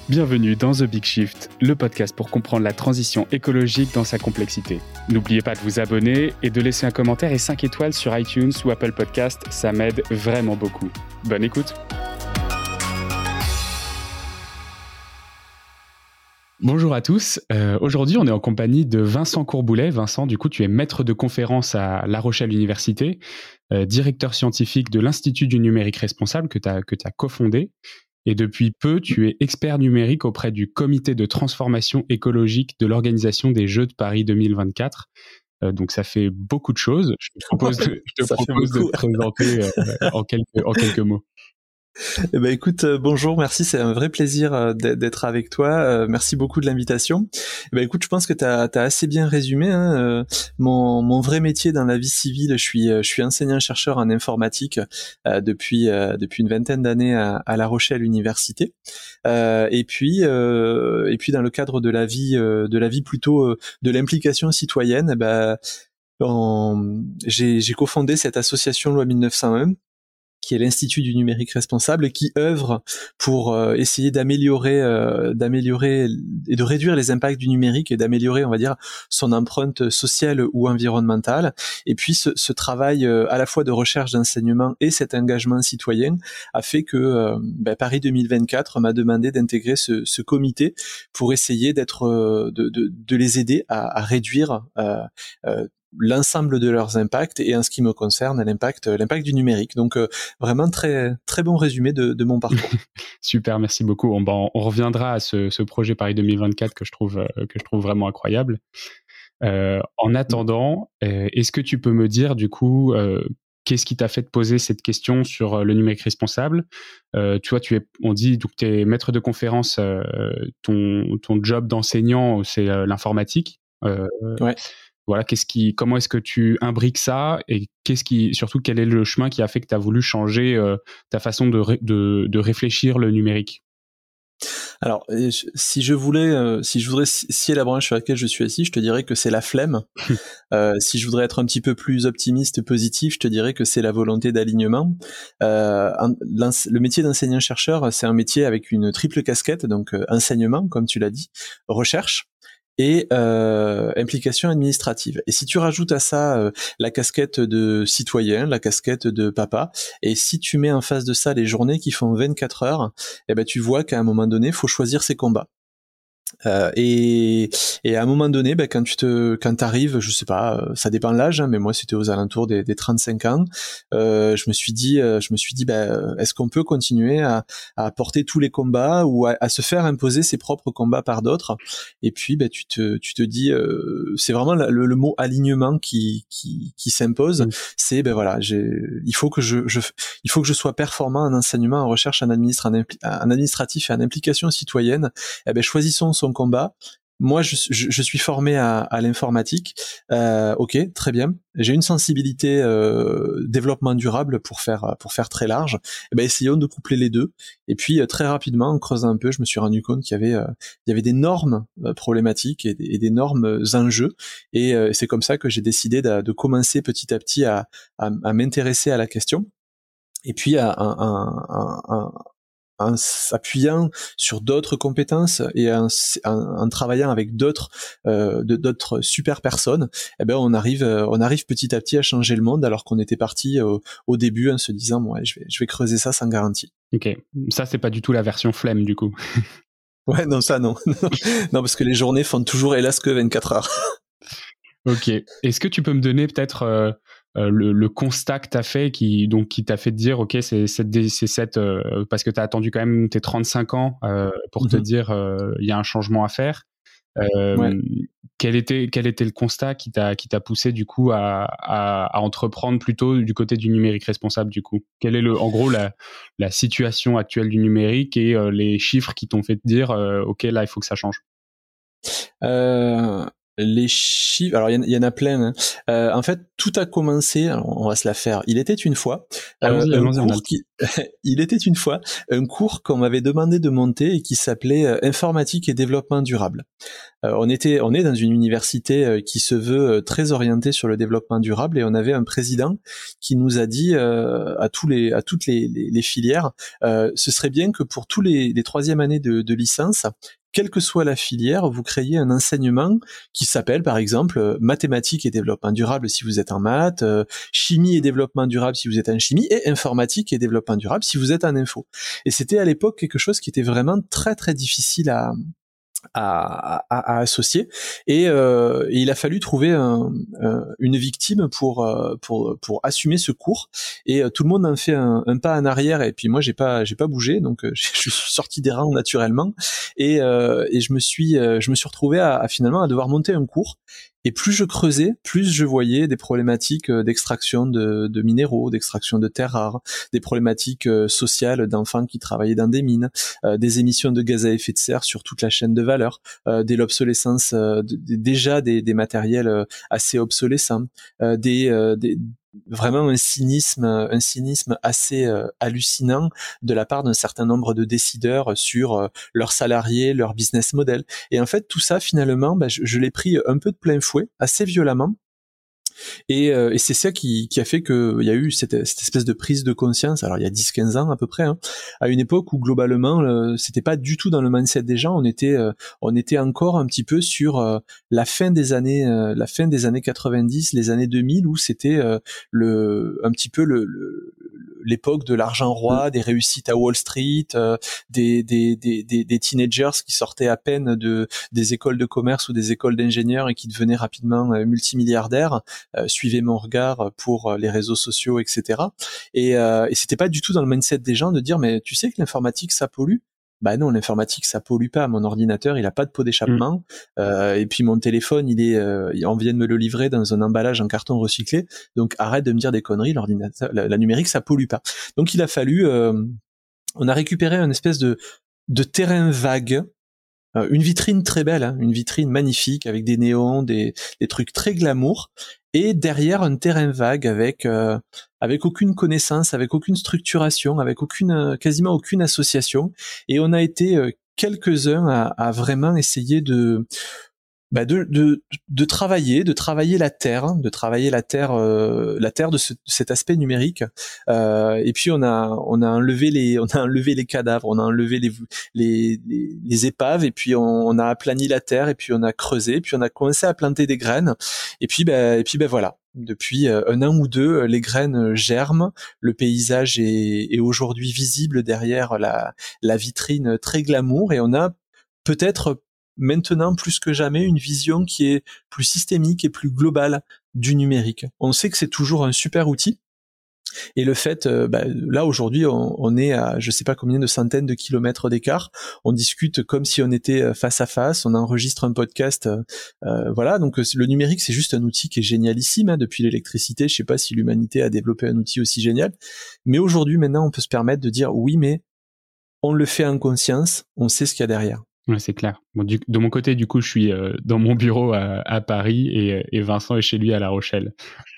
Bienvenue dans The Big Shift, le podcast pour comprendre la transition écologique dans sa complexité. N'oubliez pas de vous abonner et de laisser un commentaire et 5 étoiles sur iTunes ou Apple Podcast, ça m'aide vraiment beaucoup. Bonne écoute. Bonjour à tous, aujourd'hui on est en compagnie de Vincent Courboulet. Vincent, du coup tu es maître de conférence à La Rochelle Université, directeur scientifique de l'Institut du numérique responsable que tu as cofondé. Et depuis peu, tu es expert numérique auprès du comité de transformation écologique de l'organisation des Jeux de Paris 2024. Donc ça fait beaucoup de choses. Je te propose de te présenter en quelques mots. Eh ben écoute, bonjour, merci, c'est un vrai plaisir d'être avec toi. Merci beaucoup de l'invitation. Eh ben écoute, je pense que t'as assez bien résumé. Mon vrai métier dans la vie civile, je suis enseignant-chercheur en informatique depuis une vingtaine d'années à La Rochelle Université. Et puis dans le cadre de la vie plutôt de l'implication citoyenne, j'ai cofondé cette association Loi 1901, qui est l'Institut du numérique responsable, qui œuvre pour essayer d'améliorer et de réduire les impacts du numérique et d'améliorer, on va dire, son empreinte sociale ou environnementale. Et puis ce travail à la fois de recherche, d'enseignement et cet engagement citoyen a fait que Paris 2024 m'a demandé d'intégrer ce comité pour essayer de les aider à réduire l'ensemble de leurs impacts et en ce qui me concerne l'impact du numérique. Donc vraiment très très bon résumé de mon parcours. Super, merci beaucoup. On reviendra à ce projet Paris 2024 que je trouve vraiment incroyable. En attendant, est-ce que tu peux me dire du coup qu'est-ce qui t'a fait te poser cette question sur le numérique responsable? Tu vois, on dit donc tu es maître de conférence, ton job d'enseignant c'est l'informatique. Ouais. Voilà, comment est-ce que tu imbriques ça et surtout quel est le chemin qui a fait que tu as voulu changer ta façon de réfléchir le numérique? Alors, si je voudrais scier la branche sur laquelle je suis assis, je te dirais que c'est la flemme. Si je voudrais être un petit peu plus optimiste, positif, je te dirais que c'est la volonté d'alignement. Le métier d'enseignant-chercheur, c'est un métier avec une triple casquette, donc enseignement, comme tu l'as dit, recherche et implication administrative. Et si tu rajoutes à ça la casquette de citoyen, la casquette de papa, et si tu mets en face de ça les journées qui font 24 heures, tu vois qu'à un moment donné, il faut choisir ses combats. Et à un moment donné, quand t'arrives, je sais pas, ça dépend de l'âge, mais moi c'était aux alentours des 35 ans. Je me suis dit, est-ce qu'on peut continuer à porter tous les combats ou à se faire imposer ses propres combats par d'autres? Et puis, tu te dis, c'est vraiment le mot alignement qui s'impose. C'est il faut que je sois performant en enseignement, en recherche, en administratif et en implication citoyenne. Choisissons son combat. Moi, je suis formé à l'informatique. Ok, très bien. J'ai une sensibilité développement durable pour faire très large. Essayons de coupler les deux. Et puis très rapidement, en creusant un peu, je me suis rendu compte qu'il y avait d'énormes problématiques et d'énormes enjeux. Et c'est comme ça que j'ai décidé de commencer petit à petit à m'intéresser à la question. Et puis en s'appuyant sur d'autres compétences et en travaillant avec d'autres super personnes, on arrive petit à petit à changer le monde, alors qu'on était parti au début en se disant je vais creuser ça sans garantie. Ok, ça c'est pas du tout la version flemme du coup. Ouais, non, ça non. Non, parce que les journées font toujours hélas que 24 heures. Ok, est-ce que tu peux me donner peut-être le constat que tu as fait qui t'a fait te dire ok, c'est cette parce que tu as attendu quand même tes 35 ans pour te dire il y a un changement à faire. Ouais. Quel était le constat qui t'a poussé du coup à entreprendre plutôt du côté du numérique responsable du coup? Quelle est en gros la situation actuelle du numérique et les chiffres qui t'ont fait te dire ok, là il faut que ça change? Les chiffres, alors il y en a plein, hein. En fait, tout a commencé, alors on va se la faire. Il était une fois il était une fois un cours qu'on m'avait demandé de monter et qui s'appelait Informatique et développement durable. On est dans une université qui se veut très orientée sur le développement durable et on avait un président qui nous a dit à toutes les filières, ce serait bien que pour tous les troisième années de licence, quelle que soit la filière, vous créez un enseignement qui s'appelle par exemple mathématiques et développement durable si vous êtes en maths, chimie et développement durable si vous êtes en chimie, et informatique et développement durable si vous êtes en info. Et c'était à l'époque quelque chose qui était vraiment très très difficile à associer, et il a fallu trouver une victime pour assumer ce cours, et tout le monde en fait un pas en arrière, et puis moi j'ai pas bougé, donc je suis sorti des rangs naturellement, et je me suis retrouvé à finalement à devoir monter un cours. Et plus je creusais, plus je voyais des problématiques d'extraction de minéraux, d'extraction de terres rares, des problématiques sociales d'enfants qui travaillaient dans des mines, des émissions de gaz à effet de serre sur toute la chaîne de valeur, de l'obsolescence, déjà des matériels assez obsolescents, vraiment un cynisme assez hallucinant de la part d'un certain nombre de décideurs sur leurs salariés, leur business model. Et en fait, tout ça, finalement, je l'ai pris un peu de plein fouet, assez violemment. Et c'est ça qui a fait qu'il y a eu cette espèce de prise de conscience, alors il y a 10-15 ans à peu près, hein, à une époque où globalement c'était pas du tout dans le mindset des gens, on était encore un petit peu sur la fin des années 90, les années 2000, où c'était un petit peu l'époque de l'argent roi, des réussites à Wall Street, des teenagers qui sortaient à peine des écoles de commerce ou des écoles d'ingénieurs et qui devenaient rapidement multimilliardaires. Suivez mon regard pour les réseaux sociaux, etc. Et c'était pas du tout dans le mindset des gens de dire mais tu sais que l'informatique ça pollue. Bah non, l'informatique ça pollue pas. Mon ordinateur il a pas de pot d'échappement, et puis mon téléphone on vient de me le livrer dans un emballage en carton recyclé. Donc arrête de me dire des conneries. L'ordinateur, la numérique ça pollue pas. Donc il a fallu, on a récupéré une espèce de terrain vague. Une vitrine très belle, hein, une vitrine magnifique avec des néons, des trucs très glamour, et derrière un terrain vague avec aucune connaissance, avec aucune structuration, avec quasiment aucune association. Et on a été quelques-uns à vraiment essayer de travailler la terre, la terre de cet aspect numérique. Et puis on a enlevé les cadavres, on a enlevé les épaves, et puis on a aplani la terre, et puis on a creusé, puis on a commencé à planter des graines. Et puis voilà. Depuis un an ou deux, les graines germent, le paysage est aujourd'hui visible derrière la vitrine très glamour, et on a peut-être maintenant plus que jamais une vision qui est plus systémique et plus globale du numérique. On sait que c'est toujours un super outil, et le fait, là aujourd'hui on est à je sais pas combien de centaines de kilomètres d'écart, on discute comme si on était face à face, on enregistre un podcast, voilà. Donc le numérique c'est juste un outil qui est génialissime, hein. Depuis l'électricité, je sais pas si l'humanité a développé un outil aussi génial, mais aujourd'hui maintenant on peut se permettre de dire oui, mais on le fait en conscience, on sait ce qu'il y a derrière. Ouais, c'est clair. Bon, de mon côté, du coup, je suis dans mon bureau à Paris, et Vincent est chez lui à La Rochelle.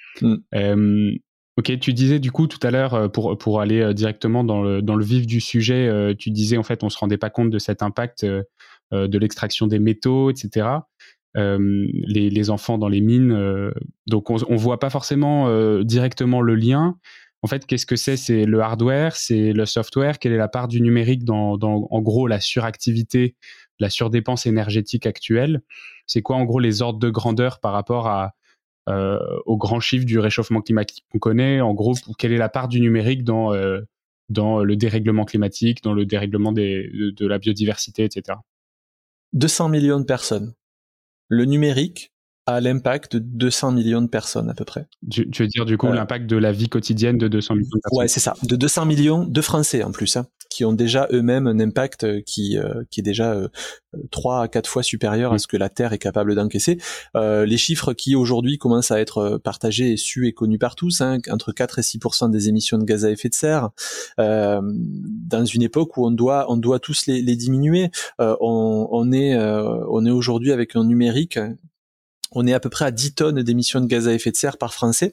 Ok, tu disais du coup tout à l'heure, pour aller directement dans le vif du sujet, tu disais en fait on se rendait pas compte de cet impact de l'extraction des métaux, etc. Les enfants dans les mines, donc on voit pas forcément directement le lien. En fait, qu'est-ce que c'est ? C'est le hardware, c'est le software. Quelle est la part du numérique dans en gros, la suractivité, la surdépense énergétique actuelle ? C'est quoi, en gros, les ordres de grandeur par rapport aux grands chiffres du réchauffement climatique qu'on connaît ? En gros, quelle est la part du numérique dans le dérèglement climatique, dans le dérèglement de la biodiversité, etc. 200 millions de personnes. Le numérique a l'impact de 200 millions de personnes à peu près. Tu veux dire du coup l'impact de la vie quotidienne de 200 millions de personnes ? Ouais, c'est ça. De 200 millions de Français en plus, hein, qui ont déjà eux-mêmes un impact qui est déjà 3 à 4 fois supérieur à ce que la Terre est capable d'encaisser. Les chiffres qui aujourd'hui commencent à être partagés et su et connus par tous, hein, entre 4 et 6% des émissions de gaz à effet de serre, dans une époque où on doit tous les diminuer. On est aujourd'hui avec un numérique on est à peu près à 10 tonnes d'émissions de gaz à effet de serre par Français.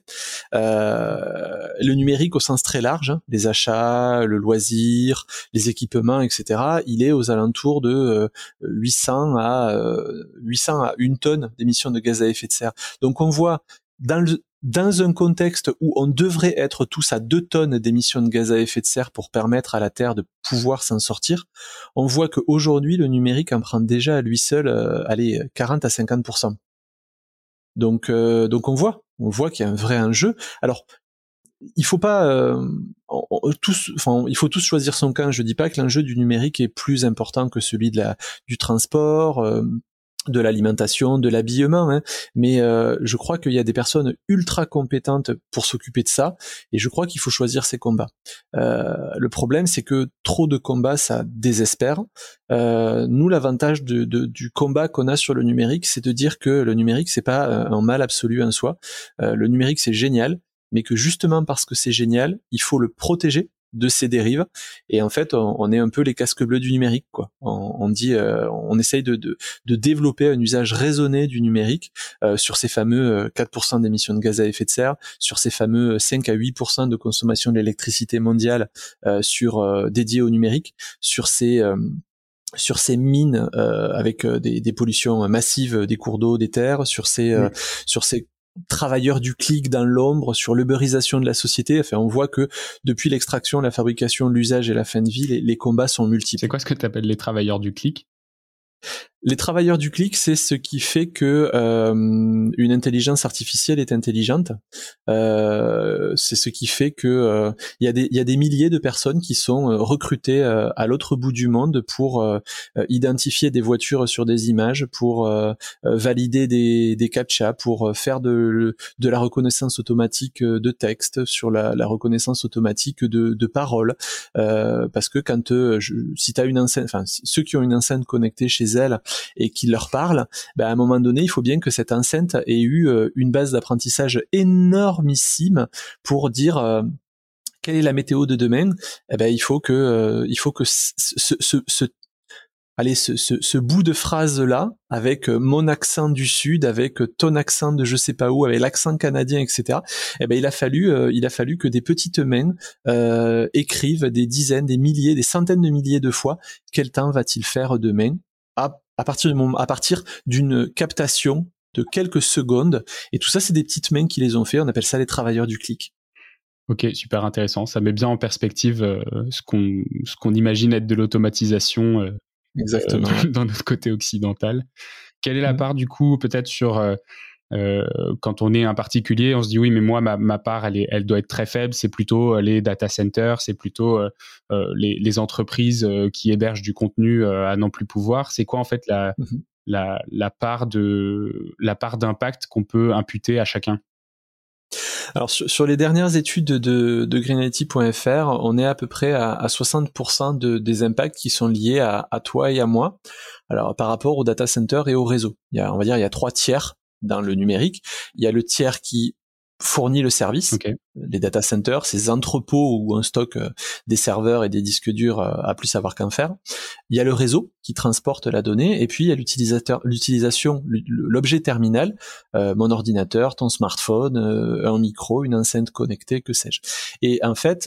Le numérique au sens très large, hein, les achats, le loisir, les équipements, etc., il est aux alentours de 800 à 1 tonne d'émissions de gaz à effet de serre. Donc on voit dans un contexte où on devrait être tous à 2 tonnes d'émissions de gaz à effet de serre pour permettre à la Terre de pouvoir s'en sortir, on voit qu'aujourd'hui, le numérique en prend déjà à lui seul 40 à 50%. Donc on voit qu'il y a un vrai enjeu. Alors, il faut pas il faut tous choisir son camp. Je dis pas que l'enjeu du numérique est plus important que celui du transport, de l'alimentation, de l'habillement, hein, mais je crois qu'il y a des personnes ultra compétentes pour s'occuper de ça, et je crois qu'il faut choisir ses combats. Le problème, c'est que trop de combats, ça désespère. Nous, l'avantage du combat qu'on a sur le numérique, c'est de dire que le numérique, c'est pas un mal absolu en soi. Le numérique, c'est génial, mais que justement parce que c'est génial, il faut le protéger de ces dérives, et en fait on est un peu les casques bleus du numérique, quoi. On dit on essaye de développer un usage raisonné du numérique sur ces fameux 4% d'émissions de gaz à effet de serre, sur ces fameux 5 à 8% de consommation de l'électricité mondiale dédiée au numérique, sur ces mines avec des pollutions massives des cours d'eau, des terres, sur ces travailleurs du clic dans l'ombre, sur l'uberisation de la société. Enfin, on voit que depuis l'extraction, la fabrication, l'usage et la fin de vie, les combats sont multiples. C'est quoi ce que tu appelles les travailleurs du clic ? Les travailleurs du clic, c'est ce qui fait que une intelligence artificielle est intelligente. C'est ce qui fait que il y a des milliers de personnes qui sont recrutées à l'autre bout du monde pour identifier des voitures sur des images, pour valider des captchas, pour faire de la reconnaissance automatique de texte, sur la reconnaissance automatique de paroles. Parce que quand si t'as une enceinte, enfin ceux qui ont une enceinte connectée chez elles et qui leur parle, à un moment donné, il faut bien que cette enceinte ait eu une base d'apprentissage énormissime pour dire quelle est la météo de demain. Il faut que ce bout de phrase là, avec mon accent du sud, avec ton accent de je sais pas où, avec l'accent canadien, etc. Il a fallu que des petites mains écrivent des dizaines, des milliers, des centaines de milliers de fois. Quel temps va-t-il faire demain? À partir d'une captation de quelques secondes, et tout ça, c'est des petites mains qui les ont fait. On appelle ça les travailleurs du clic. Ok, super intéressant. Ça met bien en perspective ce qu'on imagine être de l'automatisation Exactement. Dans notre côté occidental. Quelle est la part du coup, peut-être sur quand on est un particulier, on se dit oui, mais moi ma part elle doit être très faible. C'est plutôt les data centers, c'est plutôt les entreprises qui hébergent du contenu à n'en plus pouvoir. C'est quoi en fait la part d'impact qu'on peut imputer à chacun? Alors sur les dernières études de greenIT.fr, on est à peu près à 60% des impacts qui sont liés à toi et à moi. Alors par rapport au data center et au réseau, il y a 3 tiers dans le numérique. Il y a le tiers qui fournit le service, okay. Les data centers, ces entrepôts où on stocke des serveurs et des disques durs à plus savoir qu'en faire. Il y a le réseau qui transporte la donnée, et puis il y a l'utilisation, l'objet terminal, mon ordinateur, ton smartphone, un micro, une enceinte connectée, que sais-je. Et en fait,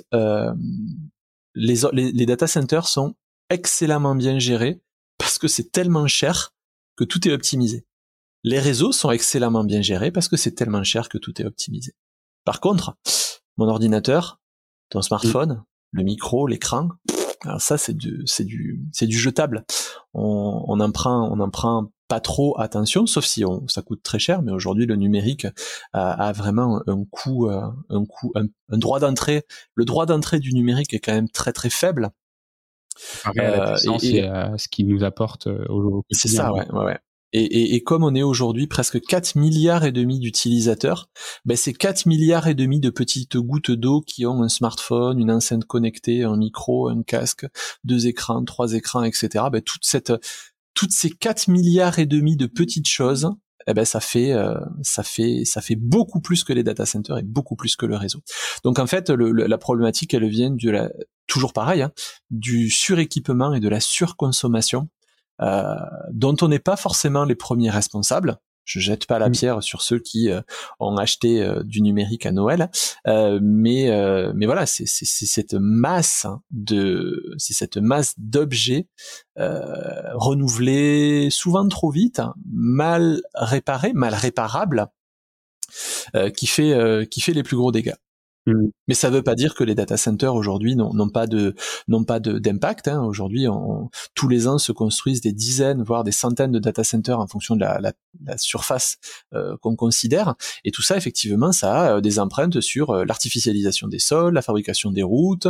les data centers sont excellemment bien gérés parce que c'est tellement cher que tout est optimisé. Les réseaux sont excellemment bien gérés parce que c'est tellement cher que tout est optimisé. Par contre, mon ordinateur, ton smartphone, le micro, l'écran, alors ça c'est du jetable. On en prend pas trop attention, sauf si ça coûte très cher. Mais aujourd'hui, le numérique a vraiment un droit d'entrée. Le droit d'entrée du numérique est quand même très très faible. Comparé à la puissance et à ce qu'il nous apporte au quotidien. C'est ça, ouais. Et comme on est aujourd'hui presque 4 milliards et demi d'utilisateurs, c'est 4 milliards et demi de petites gouttes d'eau qui ont un smartphone, une enceinte connectée, un micro, un casque, 2 écrans, 3 écrans, etc. Toutes ces 4 milliards et demi de petites choses, ça fait beaucoup plus que les data centers et beaucoup plus que le réseau. Donc en fait, la problématique, elle vient toujours pareil, du suréquipement et de la surconsommation, dont on n'est pas forcément les premiers responsables. je jette pas la pierre sur ceux qui ont acheté du numérique à Noël, mais voilà, c'est cette masse d'objets renouvelés souvent trop vite, mal réparables, qui fait les plus gros dégâts. Mais ça veut pas dire que les data centers aujourd'hui n'ont pas d'impact. Hein. Aujourd'hui, tous les ans se construisent des dizaines, voire des centaines de data centers en fonction de la surface qu'on considère. Et tout ça, effectivement, ça a des empreintes sur l'artificialisation des sols, la fabrication des routes,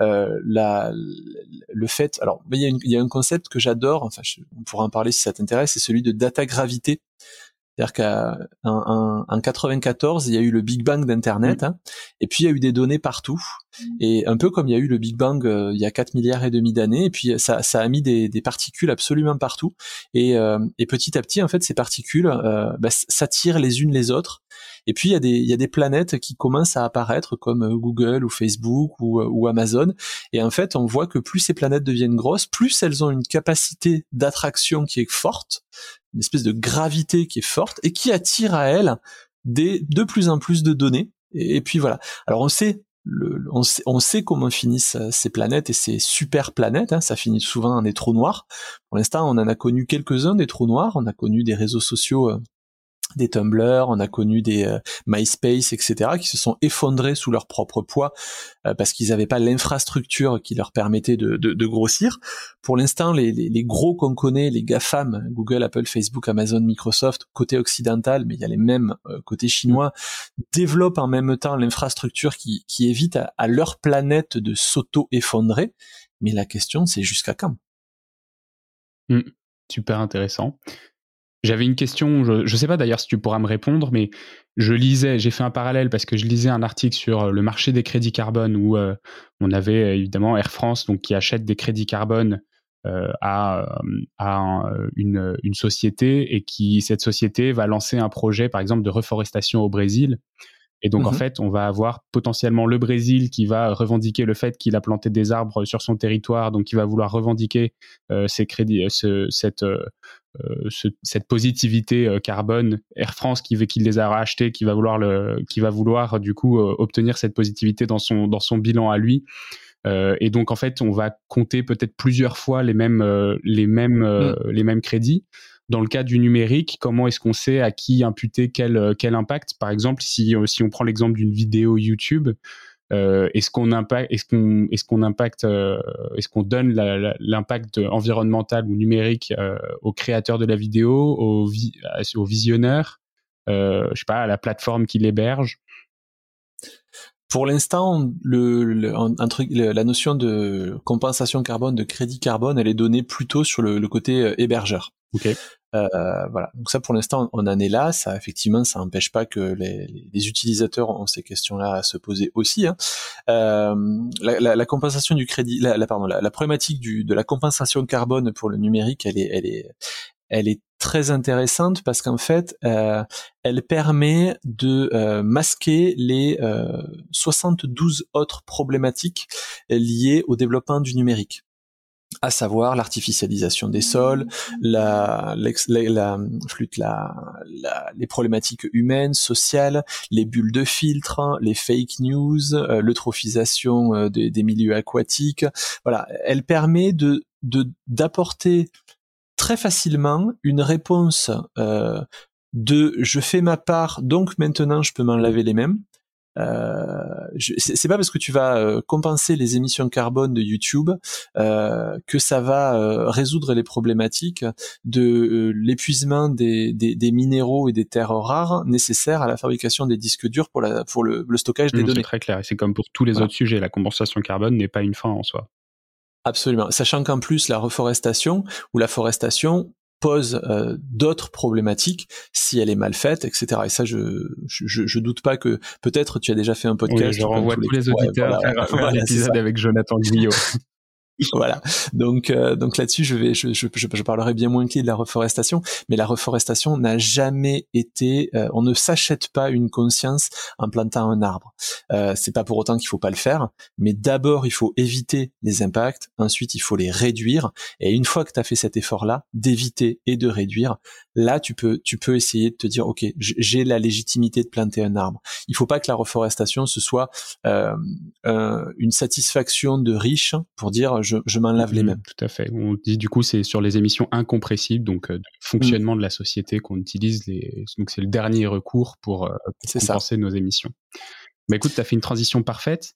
le fait. Alors, il y a un concept que j'adore. Enfin, on pourra en parler si ça t'intéresse. C'est celui de data gravité. C'est-à-dire qu'en 94, il y a eu le Big Bang d'Internet, hein, et puis il y a eu des données partout. Et un peu comme il y a eu le Big Bang il y a 4 milliards et demi d'années, et puis ça a mis des particules absolument partout. Et petit à petit, en fait, ces particules s'attirent les unes les autres. Et puis il y a des planètes qui commencent à apparaître comme Google ou Facebook ou Amazon. Et en fait, on voit que plus ces planètes deviennent grosses, plus elles ont une capacité d'attraction qui est forte, une espèce de gravité qui est forte et qui attire à elles de plus en plus de données. Et puis voilà. Alors on sait comment finissent ces planètes et ces super planètes. Hein, ça finit souvent en des trous noirs. Pour l'instant, on en a connu quelques-uns des trous noirs. On a connu des réseaux sociaux, des Tumblr, on a connu des MySpace, etc., qui se sont effondrés sous leur propre poids parce qu'ils n'avaient pas l'infrastructure qui leur permettait de grossir. Pour l'instant, les gros qu'on connaît, les GAFAM, Google, Apple, Facebook, Amazon, Microsoft, côté occidental, mais il y a les mêmes côté chinois, développent en même temps l'infrastructure qui évite à leur planète de s'auto-effondrer. Mais la question, c'est jusqu'à quand ? Super intéressant. J'avais une question, je ne sais pas d'ailleurs si tu pourras me répondre, mais j'ai fait un parallèle parce que je lisais un article sur le marché des crédits carbone où on avait évidemment Air France donc, qui achète des crédits carbone à une société et cette société va lancer un projet par exemple de reforestation au Brésil. Et donc, en fait, on va avoir potentiellement le Brésil qui va revendiquer le fait qu'il a planté des arbres sur son territoire, donc il va vouloir revendiquer ses crédits, cette positivité carbone. Air France qui les a rachetés, qui va vouloir du coup obtenir cette positivité dans son bilan à lui. Et donc, en fait, on va compter peut-être plusieurs fois les mêmes crédits. Dans le cas du numérique, comment est-ce qu'on sait à qui imputer quel impact ? Par exemple, si on prend l'exemple d'une vidéo YouTube, est-ce qu'on donne l'impact environnemental ou numérique aux créateurs de la vidéo, aux visionneurs, je sais pas, à la plateforme qui l'héberge ? Pour l'instant, la notion de compensation carbone, de crédit carbone, elle est donnée plutôt sur le côté hébergeur. Okay. Voilà. Donc ça, pour l'instant, on en est là. Ça, effectivement, ça n'empêche pas que les utilisateurs ont ces questions-là à se poser aussi. Hein. La compensation du crédit, la problématique de la compensation carbone pour le numérique, elle est très intéressante parce qu'en fait, elle permet de masquer les 72 autres problématiques liées au développement du numérique, à savoir l'artificialisation des sols, les problématiques humaines, sociales, les bulles de filtre, les fake news, l'eutrophisation des milieux aquatiques. Voilà, elle permet d'apporter très facilement une réponse je fais ma part, donc maintenant je peux m'en laver les mains. C'est pas parce que tu vas compenser les émissions carbone de YouTube que ça va résoudre les problématiques de l'épuisement des minéraux et des terres rares nécessaires à la fabrication des disques durs pour le stockage des données. C'est très clair, et c'est comme pour tous les autres sujets, la compensation carbone n'est pas une fin en soi. Absolument, sachant qu'en plus la reforestation ou la forestation pose d'autres problématiques si elle est mal faite, etc. Et ça, je doute pas que peut-être tu as déjà fait un podcast. Oui, je renvoie tous les auditeurs vers l'épisode avec Jonathan Guyot. Voilà. Donc là-dessus, je parlerai bien moins que de la reforestation, mais la reforestation n'a jamais été, on ne s'achète pas une conscience en plantant un arbre. C'est pas pour autant qu'il faut pas le faire, mais d'abord il faut éviter les impacts, ensuite il faut les réduire, et une fois que tu as fait cet effort-là, d'éviter et de réduire, là tu peux essayer de te dire, ok, j'ai la légitimité de planter un arbre. Il faut pas que la reforestation ce soit une satisfaction de riche pour dire je m'en lave les mains. Tout à fait. On dit du coup c'est sur les émissions incompressibles, donc de fonctionnement de la société qu'on utilise donc c'est le dernier recours pour compenser nos émissions. Bah écoute, tu as fait une transition parfaite.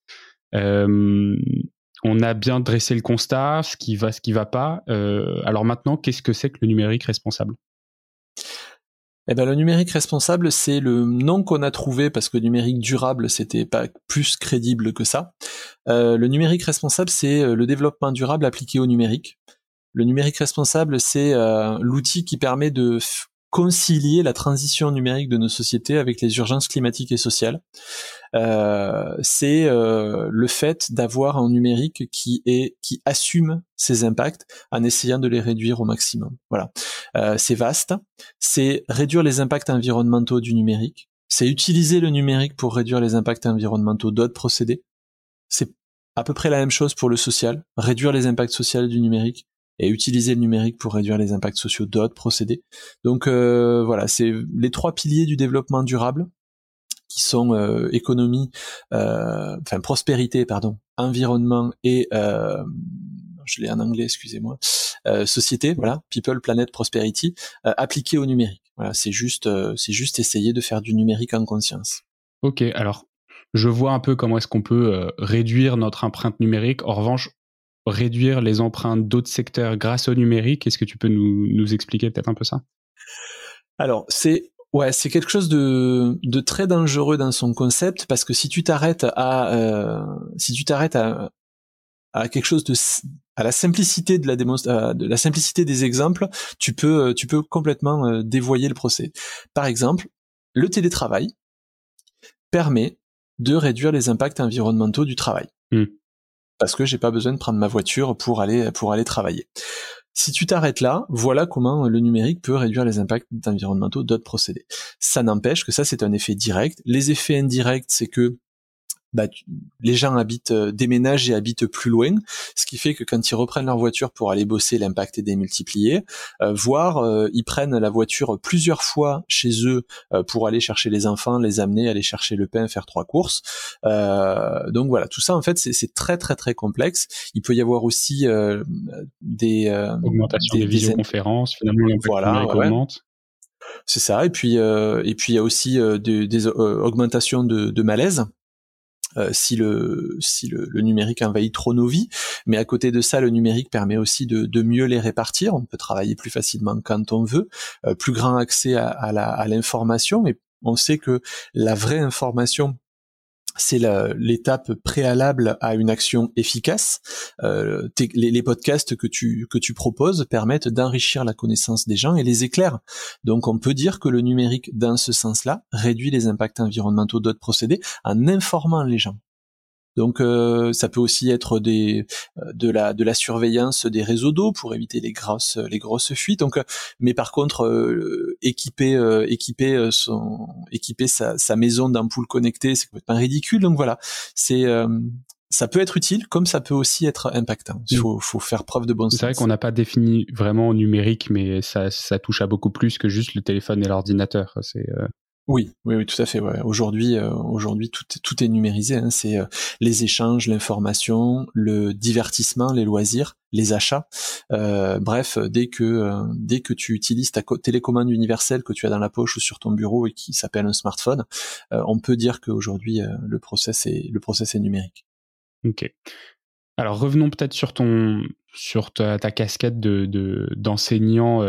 On a bien dressé le constat, ce qui va pas. Alors maintenant, qu'est-ce que c'est que le numérique responsable ? Eh ben, le numérique responsable, c'est le nom qu'on a trouvé parce que le numérique durable, c'était pas plus crédible que ça. Le numérique responsable, c'est le développement durable appliqué au numérique. Le numérique responsable, c'est l'outil qui permet de concilier la transition numérique de nos sociétés avec les urgences climatiques et sociales. C'est le fait d'avoir un numérique qui assume ses impacts en essayant de les réduire au maximum. Voilà. C'est vaste. C'est réduire les impacts environnementaux du numérique. C'est utiliser le numérique pour réduire les impacts environnementaux d'autres procédés. C'est à peu près la même chose pour le social. Réduire les impacts sociaux du numérique et utiliser le numérique pour réduire les impacts sociaux d'autres procédés. Donc voilà, c'est les trois piliers du développement durable qui sont prospérité, environnement et je l'ai en anglais, excusez-moi, société, voilà, people, planet, prosperity, appliqué au numérique. Voilà, c'est juste essayer de faire du numérique en conscience. Ok, alors je vois un peu comment est-ce qu'on peut réduire notre empreinte numérique. En revanche, réduire les empreintes d'autres secteurs grâce au numérique, est-ce que tu peux nous expliquer peut-être un peu ça ? Alors, c'est quelque chose de très dangereux dans son concept, parce que si tu t'arrêtes à quelque chose à la simplicité de la simplicité des exemples, tu peux complètement dévoyer le procès. Par exemple, le télétravail permet de réduire les impacts environnementaux du travail. Parce que j'ai pas besoin de prendre ma voiture pour aller travailler. Si tu t'arrêtes là, voilà comment le numérique peut réduire les impacts environnementaux d'autres procédés. Ça n'empêche que ça, c'est un effet direct. Les effets indirects, c'est que les gens déménagent et habitent plus loin, ce qui fait que quand ils reprennent leur voiture pour aller bosser, l'impact est démultiplié, voire ils prennent la voiture plusieurs fois chez eux pour aller chercher les enfants, les amener, aller chercher le pain, faire 3 courses. Donc voilà, tout ça en fait c'est très très très complexe. Il peut y avoir aussi augmentation des visioconférences, finalement l'impact numérique augmente. C'est ça, et puis il y a aussi des augmentations de malaise. Si le numérique envahit trop nos vies, mais à côté de ça, le numérique permet aussi de mieux les répartir. On peut travailler plus facilement quand on veut, plus grand accès à l'information, et on sait que la vraie information, c'est l'étape préalable à une action efficace. Les podcasts que tu proposes permettent d'enrichir la connaissance des gens et les éclairent. Donc on peut dire que le numérique, dans ce sens-là, réduit les impacts environnementaux d'autres procédés en informant les gens. Donc ça peut aussi être de la surveillance des réseaux d'eau pour éviter les grosses fuites. Donc mais par contre équiper sa maison d'ampoules connectées, c'est complètement ridicule. Donc voilà, ça peut être utile comme ça peut aussi être impactant. Il faut faire preuve de bon sens. C'est vrai qu'on n'a pas défini vraiment numérique, mais ça touche à beaucoup plus que juste le téléphone et l'ordinateur. Oui, tout à fait. Ouais. Aujourd'hui, tout est numérisé. Hein. C'est les échanges, l'information, le divertissement, les loisirs, les achats. Bref, dès que tu utilises ta télécommande universelle que tu as dans la poche ou sur ton bureau et qui s'appelle un smartphone, on peut dire qu'aujourd'hui le process est numérique. Ok. Alors revenons peut-être sur ta casquette d'enseignant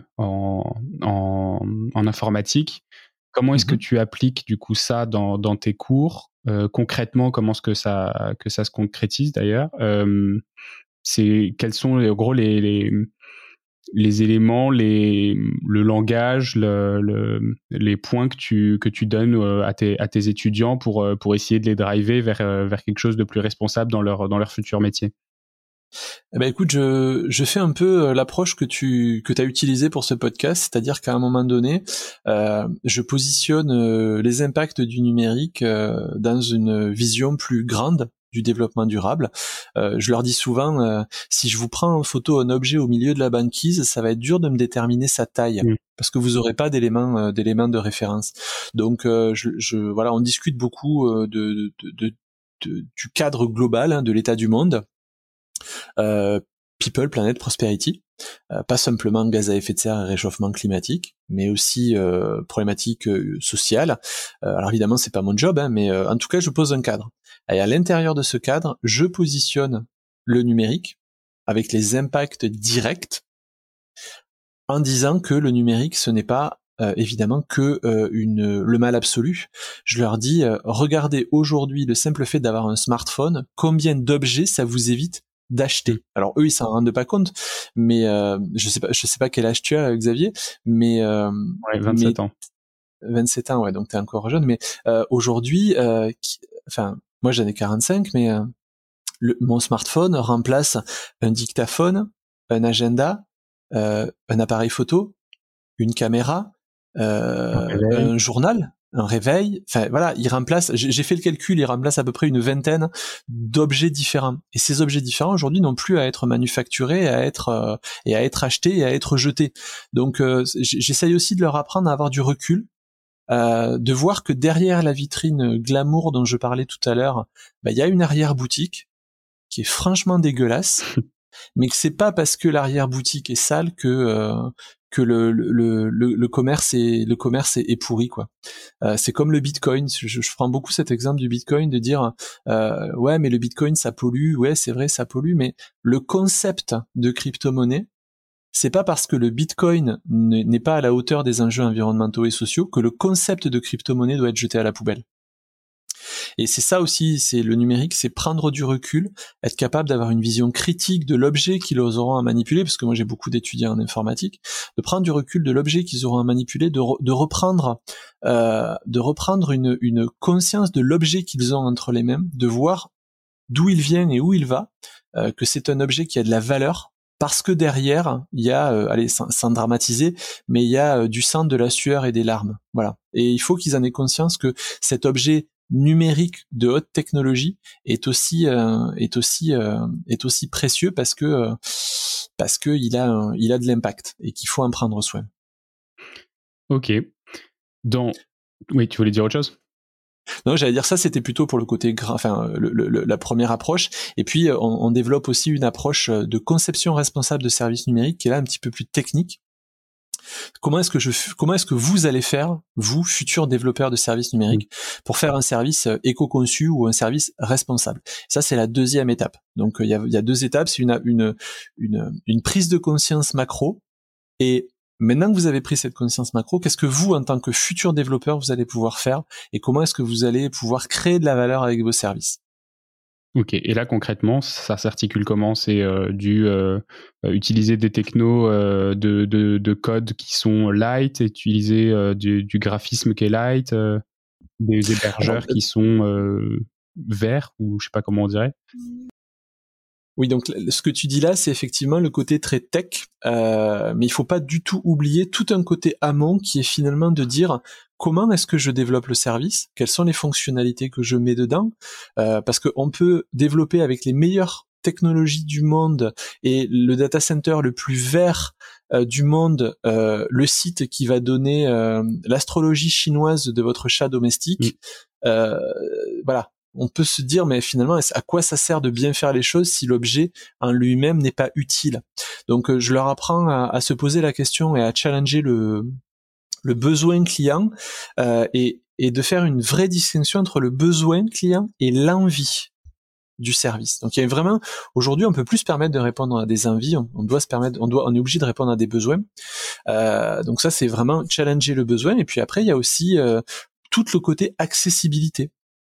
en informatique. Comment est-ce que tu appliques du coup ça dans tes cours concrètement? Comment est-ce que ça se concrétise d'ailleurs? Quels sont en gros les éléments, le langage, les points que tu donnes à tes étudiants pour essayer de les driver vers quelque chose de plus responsable dans leur futur métier? Eh ben écoute, je fais un peu l'approche que t'as utilisée pour ce podcast, c'est-à-dire qu'à un moment donné, je positionne les impacts du numérique dans une vision plus grande du développement durable. Je leur dis souvent, si je vous prends en photo un objet au milieu de la banquise, ça va être dur de me déterminer sa taille. Parce que vous aurez pas d'éléments de référence. Donc voilà, on discute beaucoup du cadre global, hein, de l'état du monde. People, Planet, Prosperity, pas simplement gaz à effet de serre et réchauffement climatique, mais aussi problématiques sociales. Alors évidemment, c'est pas mon job, hein, mais en tout cas, je pose un cadre. Et à l'intérieur de ce cadre, je positionne le numérique avec les impacts directs, en disant que le numérique, ce n'est pas évidemment que le mal absolu. Je leur dis, regardez aujourd'hui le simple fait d'avoir un smartphone, combien d'objets ça vous évite d'acheter. Alors eux ils s'en rendent pas compte, mais je sais pas quel âge tu as, Xavier, mais 27 ans. 27 ans, ouais, donc t'es encore jeune, mais aujourd'hui, moi j'en ai 45, mais mon smartphone remplace un dictaphone, un agenda, un appareil photo, une caméra, un journal, un réveil, enfin voilà, il remplace, j'ai fait le calcul, il remplace à peu près une vingtaine d'objets différents. Et ces objets différents aujourd'hui n'ont plus à être manufacturés, à être achetés et à être jetés. Donc j'essaye aussi de leur apprendre à avoir du recul, de voir que derrière la vitrine glamour dont je parlais tout à l'heure, il y a une arrière-boutique qui est franchement dégueulasse, mais que c'est pas parce que l'arrière-boutique est sale que le commerce est pourri, quoi. C'est comme le Bitcoin. Je prends beaucoup cet exemple du Bitcoin, de dire ouais, mais le Bitcoin ça pollue. Ouais, c'est vrai, ça pollue, mais le concept de crypto-monnaie, c'est pas parce que le Bitcoin n'est pas à la hauteur des enjeux environnementaux et sociaux que le concept de crypto-monnaie doit être jeté à la poubelle. Et c'est ça aussi, c'est le numérique, c'est prendre du recul, être capable d'avoir une vision critique de l'objet qu'ils auront à manipuler, parce que moi j'ai beaucoup d'étudiants en informatique, de prendre du recul de l'objet qu'ils auront à manipuler, de reprendre une conscience de l'objet qu'ils ont entre les mains, de voir d'où il vient et où il va, que c'est un objet qui a de la valeur, parce que derrière, il y a, sans dramatiser, mais il y a du sang, de la sueur et des larmes. Voilà. Et il faut qu'ils en aient conscience que cet objet numérique de haute technologie est aussi précieux parce que il a de l'impact et qu'il faut en prendre soin. Ok. Oui, tu voulais dire autre chose? Non, j'allais dire ça, c'était plutôt pour le côté la première approche. Et puis on développe aussi une approche de conception responsable de services numériques qui est là un petit peu plus technique. Comment est-ce que vous allez faire, vous, futurs développeurs de services numériques, pour faire un service éco-conçu ou un service responsable? Ça, c'est la deuxième étape. Donc, il y a deux étapes. C'est une prise de conscience macro. Et maintenant que vous avez pris cette conscience macro, qu'est-ce que vous, en tant que futur développeur, vous allez pouvoir faire? Et comment est-ce que vous allez pouvoir créer de la valeur avec vos services? Ok, et là concrètement, ça s'articule comment? C'est utiliser des technos de code qui sont light, utiliser du graphisme qui est light, des hébergeurs qui sont verts, ou je sais pas comment on dirait. Oui, donc ce que tu dis là, c'est effectivement le côté très tech, mais il faut pas du tout oublier tout un côté amont qui est finalement de dire comment est-ce que je développe le service, quelles sont les fonctionnalités que je mets dedans, parce qu'on peut développer avec les meilleures technologies du monde et le data center le plus vert du monde, le site qui va donner l'astrologie chinoise de votre chat domestique, voilà. On peut se dire, mais finalement, à quoi ça sert de bien faire les choses si l'objet en lui-même n'est pas utile? Donc, je leur apprends à se poser la question et à challenger le besoin client et de faire une vraie distinction entre le besoin client et l'envie du service. Donc, il y a vraiment, aujourd'hui, on peut plus se permettre de répondre à des envies, on est obligé de répondre à des besoins. Donc ça, c'est vraiment challenger le besoin. Et puis après, il y a aussi tout le côté accessibilité.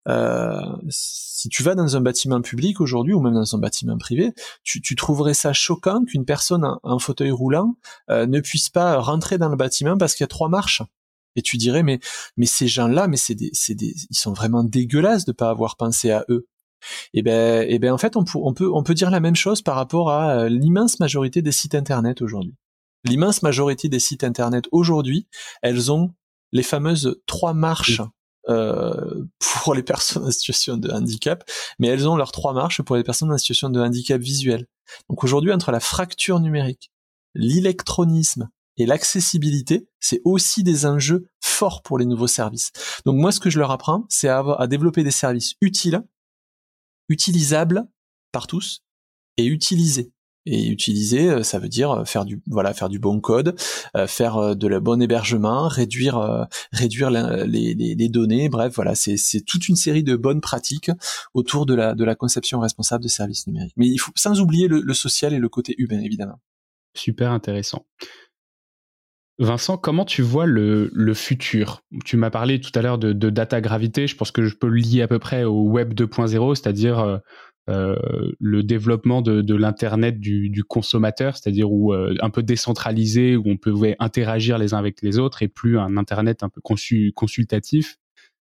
Si tu vas dans un bâtiment public aujourd'hui ou même dans un bâtiment privé, tu trouverais ça choquant qu'une personne en fauteuil roulant ne puisse pas rentrer dans le bâtiment parce qu'il y a 3 marches. Et tu dirais mais ces gens-là, mais ils sont vraiment dégueulasses de pas avoir pensé à eux. En fait, on peut dire la même chose par rapport à l'immense majorité des sites internet aujourd'hui. L'immense majorité des sites internet aujourd'hui, elles ont les fameuses 3 marches pour les personnes en situation de handicap, mais elles ont leurs 3 marches pour les personnes en situation de handicap visuel. Donc aujourd'hui, entre la fracture numérique, l'électronisme et l'accessibilité, c'est aussi des enjeux forts pour les nouveaux services. Donc moi, ce que je leur apprends, c'est à développer des services utiles, utilisables par tous, et utilisés. Et utiliser, ça veut dire faire du bon code, faire de la bon hébergement, réduire les données. Bref, voilà, c'est toute une série de bonnes pratiques autour de la conception responsable de services numériques. Mais il faut sans oublier le social et le côté humain, évidemment. Super intéressant. Vincent, comment tu vois le futur ? Tu m'as parlé tout à l'heure de data gravité. Je pense que je peux le lier à peu près au web 2.0, c'est-à-dire le développement de l'internet du consommateur, c'est-à-dire un peu décentralisé, où on pouvait interagir les uns avec les autres, et plus un internet un peu consultatif.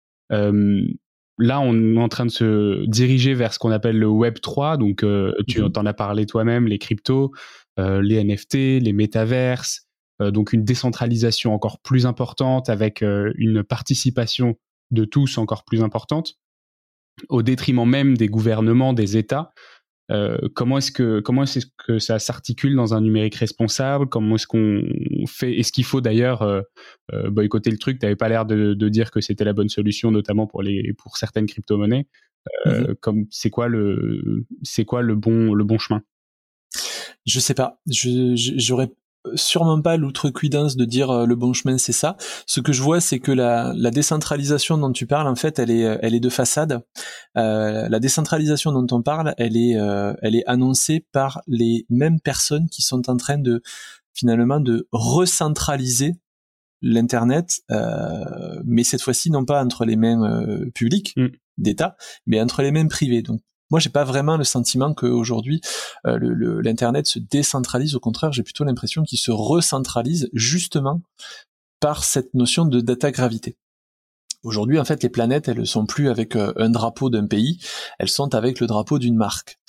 Là, on est en train de se diriger vers ce qu'on appelle le web 3, donc tu en as parlé toi-même, les cryptos, les NFT, les métaverses, donc une décentralisation encore plus importante avec une participation de tous encore plus importante, au détriment même des gouvernements, des États. Comment est-ce que ça s'articule dans un numérique responsable ? Comment est-ce qu'on fait ? Est-ce qu'il faut d'ailleurs boycotter le truc ? Tu n'avais pas l'air de dire que c'était la bonne solution, notamment pour certaines crypto-monnaies. C'est quoi le bon chemin ? Je sais pas. J'aurais sûrement pas l'outrecuidance de dire le bon chemin c'est ça. Ce que je vois, c'est que la décentralisation dont tu parles, en fait, elle est de façade. La décentralisation dont on parle, elle est annoncée par les mêmes personnes qui sont en train de finalement de recentraliser l'internet, mais cette fois-ci non pas entre les mains publiques d'État, mais entre les mains privées. Donc moi, j'ai pas vraiment le sentiment qu'aujourd'hui l'internet se décentralise. Au contraire, j'ai plutôt l'impression qu'il se recentralise justement par cette notion de data gravité. Aujourd'hui, en fait, les planètes, elles sont plus avec un drapeau d'un pays, elles sont avec le drapeau d'une marque.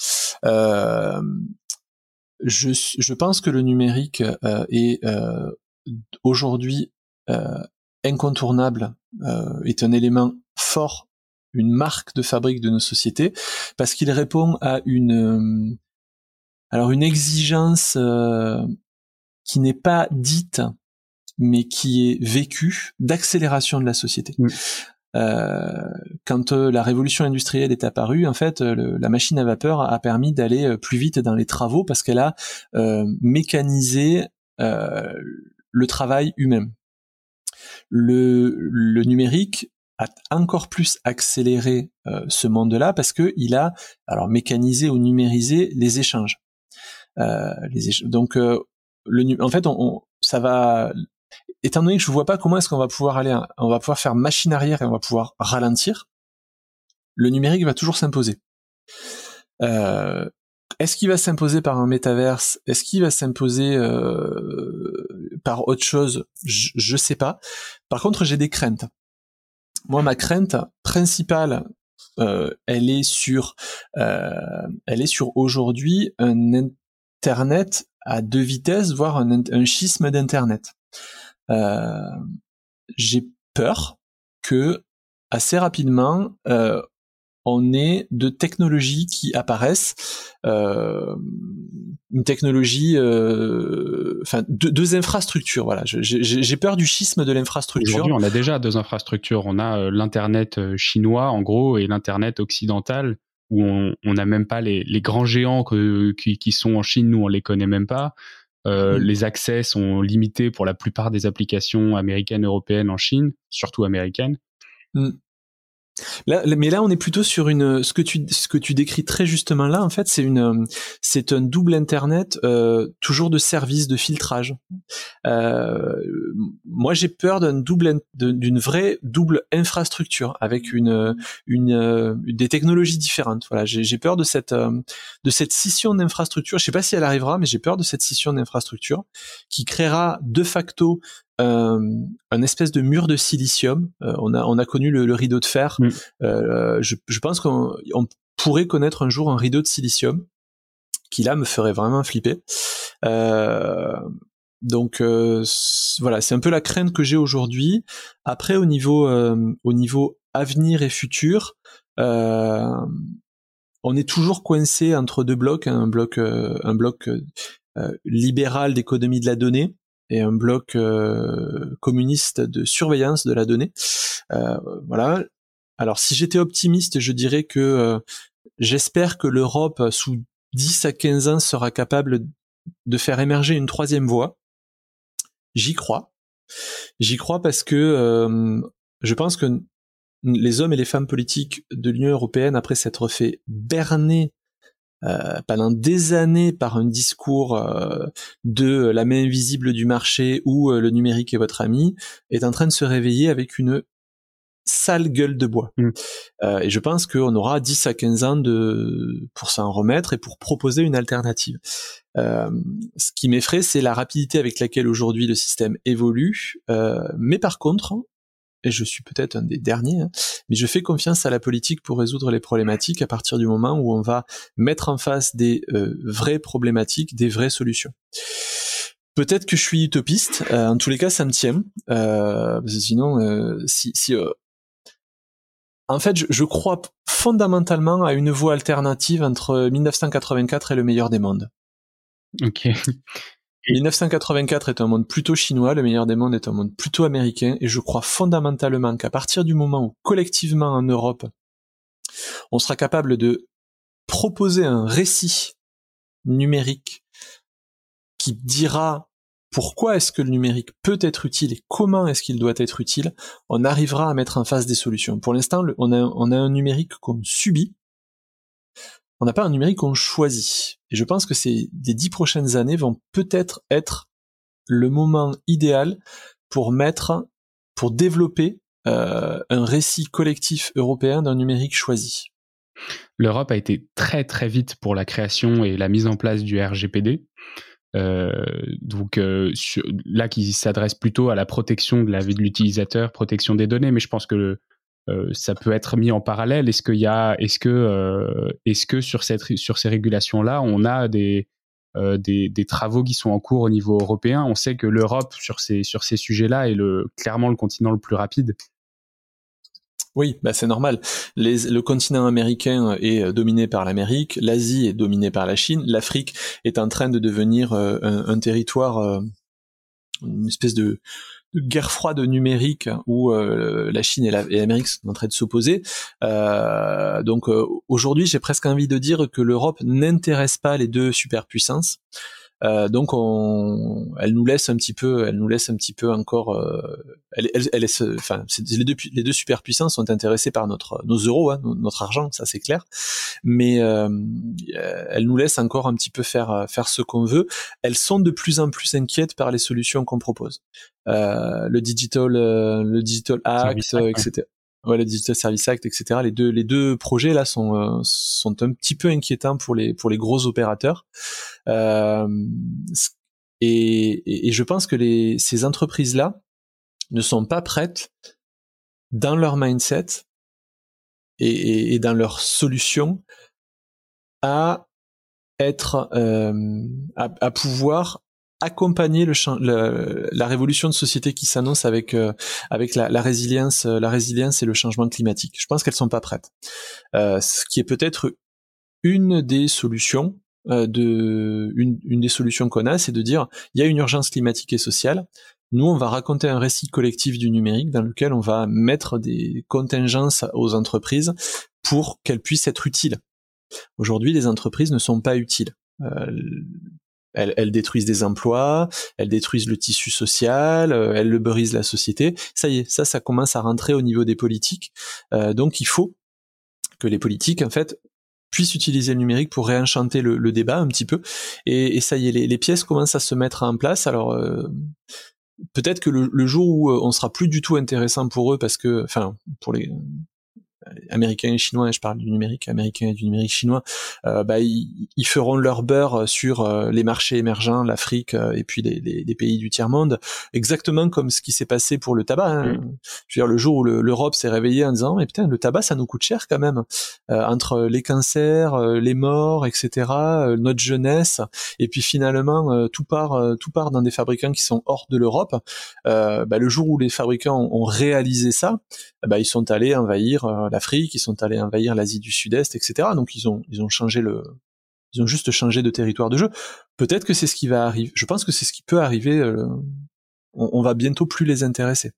Je pense que le numérique est aujourd'hui incontournable, est un élément fort, une marque de fabrique de nos sociétés, parce qu'il répond à une exigence qui n'est pas dite, mais qui est vécue, d'accélération de la société. Quand la révolution industrielle est apparue, en fait, la machine à vapeur a permis d'aller plus vite dans les travaux parce qu'elle a mécanisé le travail humain. Le numérique a encore plus accéléré ce monde-là parce que il a mécanisé ou numérisé les échanges. Donc, en fait, ça va. Étant donné que je vois pas comment est-ce qu'on va pouvoir faire machine arrière et on va pouvoir ralentir, le numérique va toujours s'imposer. Est-ce qu'il va s'imposer par un métaverse ? Est-ce qu'il va s'imposer par autre chose ? Je sais pas. Par contre, j'ai des craintes. Moi, ma crainte principale, elle est sur aujourd'hui un Internet à 2 vitesses, voire un schisme d'Internet. J'ai peur que assez rapidement on ait de technologies qui apparaissent, une technologie, deux infrastructures. Voilà, j'ai peur du schisme de l'infrastructure. Aujourd'hui, on a déjà 2 infrastructures. On a l'internet chinois en gros et l'internet occidental, où on n'a même pas les grands géants qui sont en Chine. Nous, on les connaît même pas. Les accès sont limités pour la plupart des applications américaines, européennes en Chine, surtout américaines. Mais là, on est plutôt sur ce que tu décris très justement là. En fait, c'est un double internet, toujours de services de filtrage. Moi, j'ai peur d'une vraie double infrastructure avec des technologies différentes. Voilà, j'ai peur de cette scission d'infrastructure. Je sais pas si elle arrivera, mais j'ai peur de cette scission d'infrastructure qui créera de facto un espèce de mur de silicium. On a connu le rideau de fer. Je pense qu'on pourrait connaître un jour un rideau de silicium qui là me ferait vraiment flipper. Donc voilà, c'est un peu la crainte que j'ai aujourd'hui. Après au niveau avenir et futur, on est toujours coincé entre deux blocs, un bloc libéral d'économie de la donnée et un bloc communiste de surveillance de la donnée. Voilà. Alors si j'étais optimiste, je dirais que j'espère que l'Europe sous 10 à 15 ans sera capable de faire émerger une troisième voie. J'y crois parce que je pense que les hommes et les femmes politiques de l'Union européenne, après s'être fait berner pendant des années par un discours de la main invisible du marché ou le numérique est votre ami, est en train de se réveiller avec une sale gueule de bois. Et je pense qu'on aura 10 à 15 ans pour s'en remettre et pour proposer une alternative. Ce qui m'effraie, c'est la rapidité avec laquelle aujourd'hui le système évolue. Mais par contre, et je suis peut-être un des derniers, mais je fais confiance à la politique pour résoudre les problématiques à partir du moment où on va mettre en face des vraies problématiques, des vraies solutions. Peut-être que je suis utopiste, en tous les cas ça me tient, parce que sinon, en fait je crois fondamentalement à une voie alternative entre 1984 et le meilleur des mondes. Ok. 1984 est un monde plutôt chinois, le meilleur des mondes est un monde plutôt américain, et je crois fondamentalement qu'à partir du moment où, collectivement en Europe, on sera capable de proposer un récit numérique qui dira pourquoi est-ce que le numérique peut être utile et comment est-ce qu'il doit être utile, on arrivera à mettre en face des solutions. Pour l'instant, on a un numérique qu'on subit, on n'a pas un numérique qu'on choisit. Et je pense que les 10 prochaines années vont peut-être être le moment idéal pour développer un récit collectif européen d'un numérique choisi. L'Europe a été très très vite pour la création et la mise en place du RGPD. Là qui s'adresse plutôt à la protection de la vie de l'utilisateur, protection des données, mais je pense que ça peut être mis en parallèle. Est-ce que sur ces régulations-là, on a des travaux qui sont en cours au niveau européen? On sait que l'Europe, sur ces sujets-là, est clairement le continent le plus rapide. Oui, c'est normal. Le continent américain est dominé par l'Amérique, l'Asie est dominée par la Chine, l'Afrique est en train de devenir un territoire, une espèce de guerre froide numérique où la Chine et l'Amérique sont en train de s'opposer. Donc aujourd'hui, j'ai presque envie de dire que l'Europe n'intéresse pas les deux superpuissances. Donc elle nous laisse un petit peu encore. Les deux superpuissances sont intéressées par nos euros, notre argent, ça c'est clair. Mais elle nous laisse encore un petit peu faire ce qu'on veut. Elles sont de plus en plus inquiètes par les solutions qu'on propose. Le Digital Act, etc. Ouais, le Digital Service Act, etc. Les deux projets là sont un petit peu inquiétants pour les gros opérateurs. Et je pense que ces entreprises là ne sont pas prêtes dans leur mindset et dans leur solution à être à pouvoir accompagner la révolution de société qui s'annonce avec la résilience et le changement climatique. Je pense qu'elles sont pas prêtes. Ce qui est peut-être une des solutions une des solutions qu'on a, c'est de dire il y a une urgence climatique et sociale. Nous, on va raconter un récit collectif du numérique dans lequel on va mettre des contingences aux entreprises pour qu'elles puissent être utiles. Aujourd'hui, les entreprises ne sont pas utiles. Elles détruisent des emplois, elles détruisent le tissu social, elles le brisent la société. Ça y est, ça commence à rentrer au niveau des politiques. Donc il faut que les politiques, en fait, puissent utiliser le numérique pour réenchanter le débat un petit peu. Et ça y est, les pièces commencent à se mettre en place. Alors peut-être que le jour où on sera plus du tout intéressant pour eux, parce que, enfin, américains et chinois, et je parle du numérique américain et du numérique chinois, ils feront leur beurre sur les marchés émergents, l'Afrique et puis les pays du tiers-monde, exactement comme ce qui s'est passé pour le tabac. Hein. Je veux dire, le jour où l'Europe s'est réveillée en disant « Mais putain, le tabac, ça nous coûte cher quand même. Entre les cancers, les morts, etc., notre jeunesse, et puis finalement, tout part dans des fabricants qui sont hors de l'Europe. Le jour où les fabricants ont réalisé ça, ils sont allés envahir l'Afrique, ils sont allés envahir l'Asie du Sud-Est, etc. Donc ils ont juste changé de territoire de jeu. Peut-être que c'est ce qui va arriver. Je pense que c'est ce qui peut arriver. On va bientôt plus les intéresser.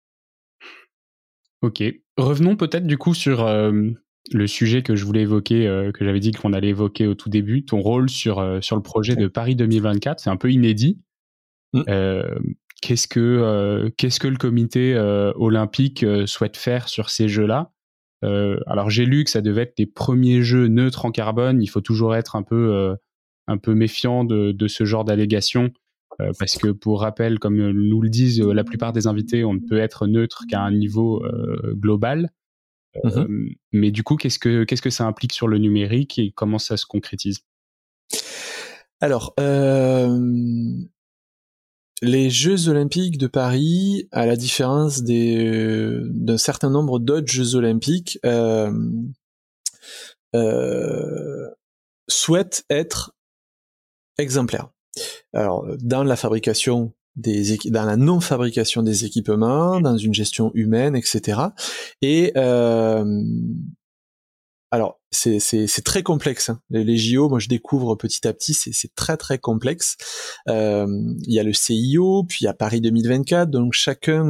Ok. Revenons peut-être du coup sur le sujet que je voulais évoquer, que j'avais dit qu'on allait évoquer au tout début, ton rôle sur le projet de Paris 2024. C'est un peu inédit. Qu'est-ce que le comité olympique souhaite faire sur ces jeux-là? Alors j'ai lu que ça devait être les premiers jeux neutres en carbone. Il faut toujours être un peu méfiant de ce genre d'allégations, parce que pour rappel, comme nous le disent la plupart des invités, on ne peut être neutre qu'à un niveau global. Mais du coup, qu'est-ce que ça implique sur le numérique et comment ça se concrétise? Alors, les Jeux Olympiques de Paris, à la différence d'un certain nombre d'autres Jeux Olympiques, souhaitent être exemplaires. Alors, dans la fabrication dans la non-fabrication des équipements, dans une gestion humaine, etc. Et alors, c'est très complexe. Hein. Les JO, moi je découvre petit à petit, c'est très très complexe. Il y a le CIO, puis il y a Paris 2024, donc chacun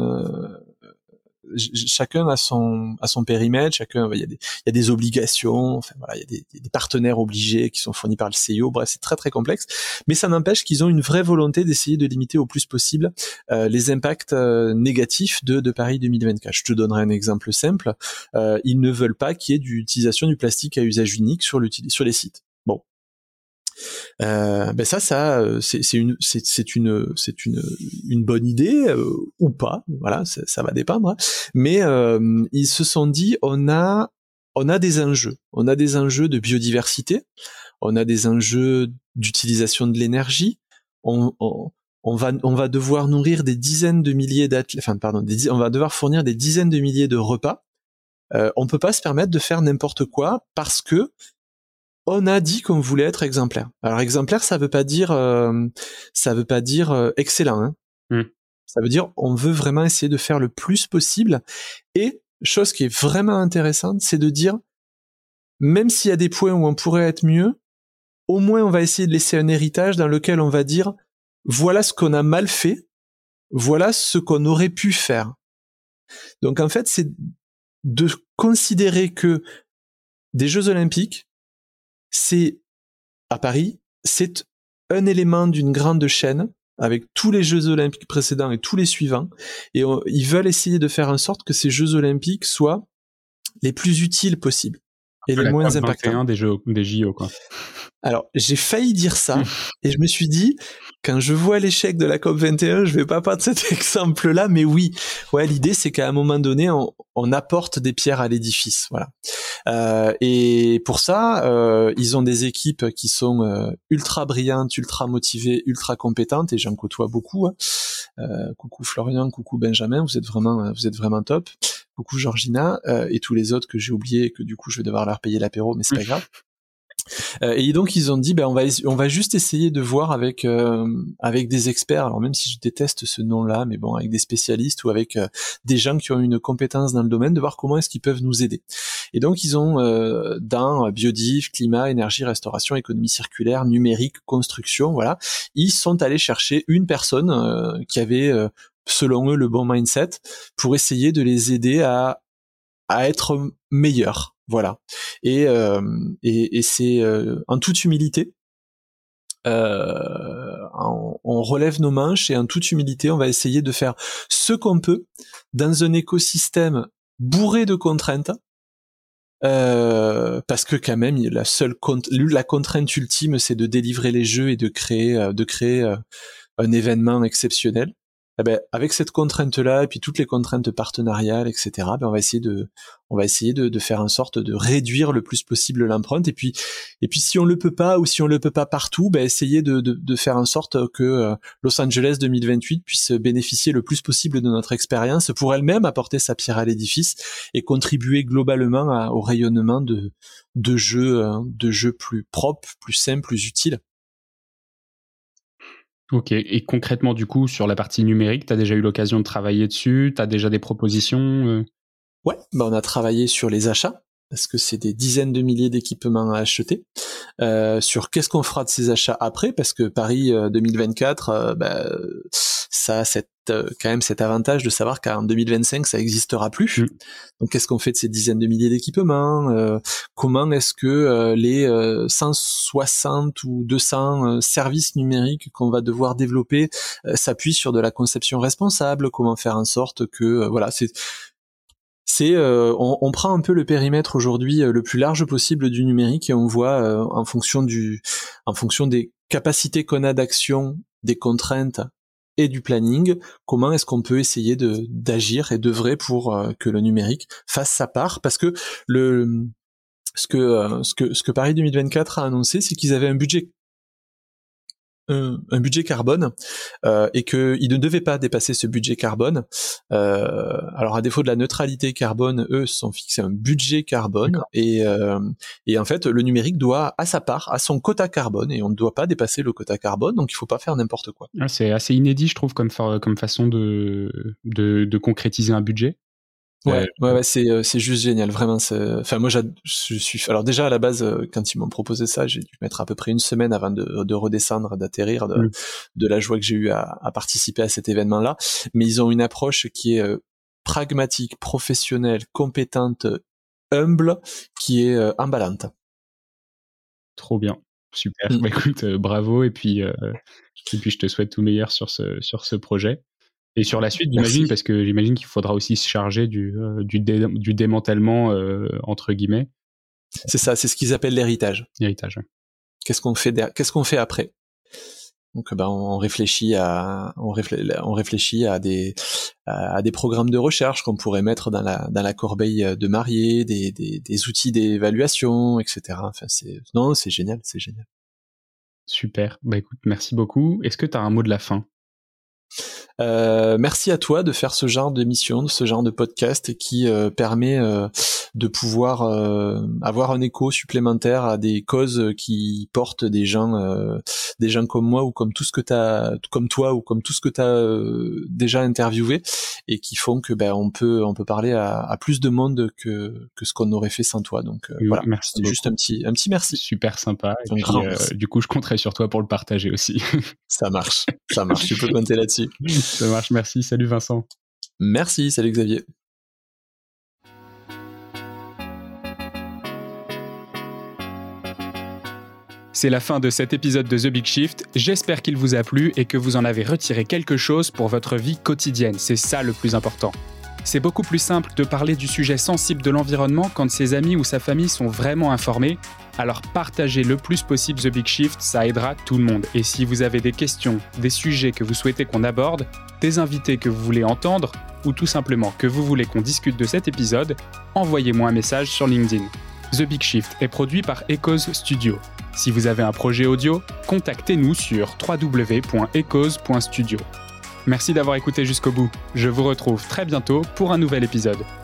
a son périmètre, il y a des obligations, enfin voilà, il y a des partenaires obligés qui sont fournis par le CIO. Bref, c'est très très complexe, mais ça n'empêche qu'ils ont une vraie volonté d'essayer de limiter au plus possible les impacts négatifs de Paris 2024. Je te donnerai un exemple simple. Ils ne veulent pas qu'il y ait d'utilisation du plastique à usage unique sur les sites. Bon. C'est une bonne idée ou pas, voilà, ça va dépendre. Hein. Mais ils se sont dit on a des enjeux, de biodiversité, on a des enjeux d'utilisation de l'énergie, on va devoir nourrir des dizaines de milliers d'athlètes, on va devoir fournir des dizaines de milliers de repas. On peut pas se permettre de faire n'importe quoi parce que on a dit qu'on voulait être exemplaire. Alors exemplaire, ça veut pas dire excellent. Hein. Ça veut dire on veut vraiment essayer de faire le plus possible. Et chose qui est vraiment intéressante, c'est de dire même s'il y a des points où on pourrait être mieux, au moins on va essayer de laisser un héritage dans lequel on va dire voilà ce qu'on a mal fait, voilà ce qu'on aurait pu faire. Donc en fait, c'est de considérer que des Jeux Olympiques, c'est à Paris, c'est un élément d'une grande chaîne avec tous les Jeux Olympiques précédents et tous les suivants, et ils veulent essayer de faire en sorte que ces Jeux Olympiques soient les plus utiles possibles et les moins impactants. des JO, quoi. Alors, j'ai failli dire ça, et je me suis dit, quand je vois l'échec de la COP21, je vais pas prendre cet exemple-là, mais oui. Ouais, l'idée, c'est qu'à un moment donné, on apporte des pierres à l'édifice, voilà. Et pour ça, ils ont des équipes qui sont ultra brillantes, ultra motivées, ultra compétentes, et j'en côtoie beaucoup. Hein. Coucou Florian, coucou Benjamin, vous êtes vraiment top. Coucou Georgina, et tous les autres que j'ai oubliés et que du coup je vais devoir leur payer l'apéro, mais c'est pas grave. Et donc ils ont dit on va juste essayer de voir avec des experts, alors même si je déteste ce nom-là, mais bon, avec des spécialistes ou avec des gens qui ont une compétence dans le domaine, de voir comment est-ce qu'ils peuvent nous aider. Et donc ils ont dans biodiv, climat, énergie, restauration, économie circulaire, numérique, construction, voilà, ils sont allés chercher une personne qui avait selon eux le bon mindset pour essayer de les aider à être meilleurs. Voilà. Et c'est en toute humilité, on relève nos manches et en toute humilité, on va essayer de faire ce qu'on peut dans un écosystème bourré de contraintes, parce que quand même, la contrainte ultime, c'est de délivrer les jeux et de créer un événement exceptionnel. avec cette contrainte-là et puis toutes les contraintes partenariales, etc., on va essayer de faire en sorte de réduire le plus possible l'empreinte. Et puis si on le peut pas ou si on le peut pas partout, essayer de faire en sorte que Los Angeles 2028 puisse bénéficier le plus possible de notre expérience pour elle-même apporter sa pierre à l'édifice et contribuer globalement au rayonnement de jeux plus propres, plus simples, plus utiles. Ok, et concrètement du coup sur la partie numérique, tu as déjà eu l'occasion de travailler dessus, tu as déjà des propositions Ouais, on a travaillé sur les achats, parce que c'est des dizaines de milliers d'équipements à acheter, sur qu'est-ce qu'on fera de ces achats après, parce que Paris 2024, ça a quand même cet avantage de savoir qu'en 2025 ça n'existera plus. Donc qu'est-ce qu'on fait de ces dizaines de milliers d'équipements, comment est-ce que les 160 ou 200 services numériques qu'on va devoir développer s'appuient sur de la conception responsable, comment faire en sorte que on prend un peu le périmètre aujourd'hui le plus large possible du numérique et on voit en fonction des capacités qu'on a d'action, des contraintes et du planning, comment est-ce qu'on peut essayer d'agir et d'œuvrer pour que le numérique fasse sa part, parce que ce que Paris 2024 a annoncé, c'est qu'ils avaient un budget carbone et qu'ils ne devaient pas dépasser ce budget carbone. Alors à défaut de la neutralité carbone, eux se sont fixés un budget carbone et en fait le numérique doit à sa part, à son quota carbone, et on ne doit pas dépasser le quota carbone, donc il faut pas faire n'importe quoi. C'est assez inédit, je trouve, comme façon de concrétiser un budget. Ouais, c'est juste génial, vraiment. Enfin, moi, je suis. Alors déjà à la base, quand ils m'ont proposé ça, j'ai dû mettre à peu près une semaine avant de redescendre, d'atterrir, de la joie que j'ai eu à participer à cet événement-là. Mais ils ont une approche qui est pragmatique, professionnelle, compétente, humble, qui est emballante. Trop bien, super. Écoute, bravo, et puis je te souhaite tout le meilleur sur ce projet. Et sur la suite, j'imagine, parce que j'imagine qu'il faudra aussi se charger du démantèlement, entre guillemets. C'est ça, c'est ce qu'ils appellent l'héritage. L'héritage, ouais. Qu'est-ce qu'on fait après ? Donc, on réfléchit à des programmes de recherche qu'on pourrait mettre dans la corbeille de mariée, des outils d'évaluation, etc. Enfin, c'est génial, c'est génial. Super. Écoute, merci beaucoup. Est-ce que tu as un mot de la fin ? Merci à toi de faire ce genre d'émission, de ce genre de podcast qui permet de pouvoir avoir un écho supplémentaire à des causes qui portent des gens comme moi ou comme toi ou comme tout ce que t'as déjà interviewé, et qui font que on peut parler à plus de monde que ce qu'on aurait fait sans toi. Donc voilà, merci, c'était juste un petit merci. Super sympa. Et puis, du coup, je compterai sur toi pour le partager aussi. Ça marche. Tu peux compter là-dessus. Ça marche, merci. Salut Vincent. Merci, salut Xavier. C'est la fin de cet épisode de The Big Shift. J'espère qu'il vous a plu et que vous en avez retiré quelque chose pour votre vie quotidienne. C'est ça le plus important. C'est beaucoup plus simple de parler du sujet sensible de l'environnement quand ses amis ou sa famille sont vraiment informés. Alors partagez le plus possible The Big Shift, ça aidera tout le monde. Et si vous avez des questions, des sujets que vous souhaitez qu'on aborde, des invités que vous voulez entendre, ou tout simplement que vous voulez qu'on discute de cet épisode, envoyez-moi un message sur LinkedIn. The Big Shift est produit par Echoes Studio. Si vous avez un projet audio, contactez-nous sur www.echoes.studio. Merci d'avoir écouté jusqu'au bout. Je vous retrouve très bientôt pour un nouvel épisode.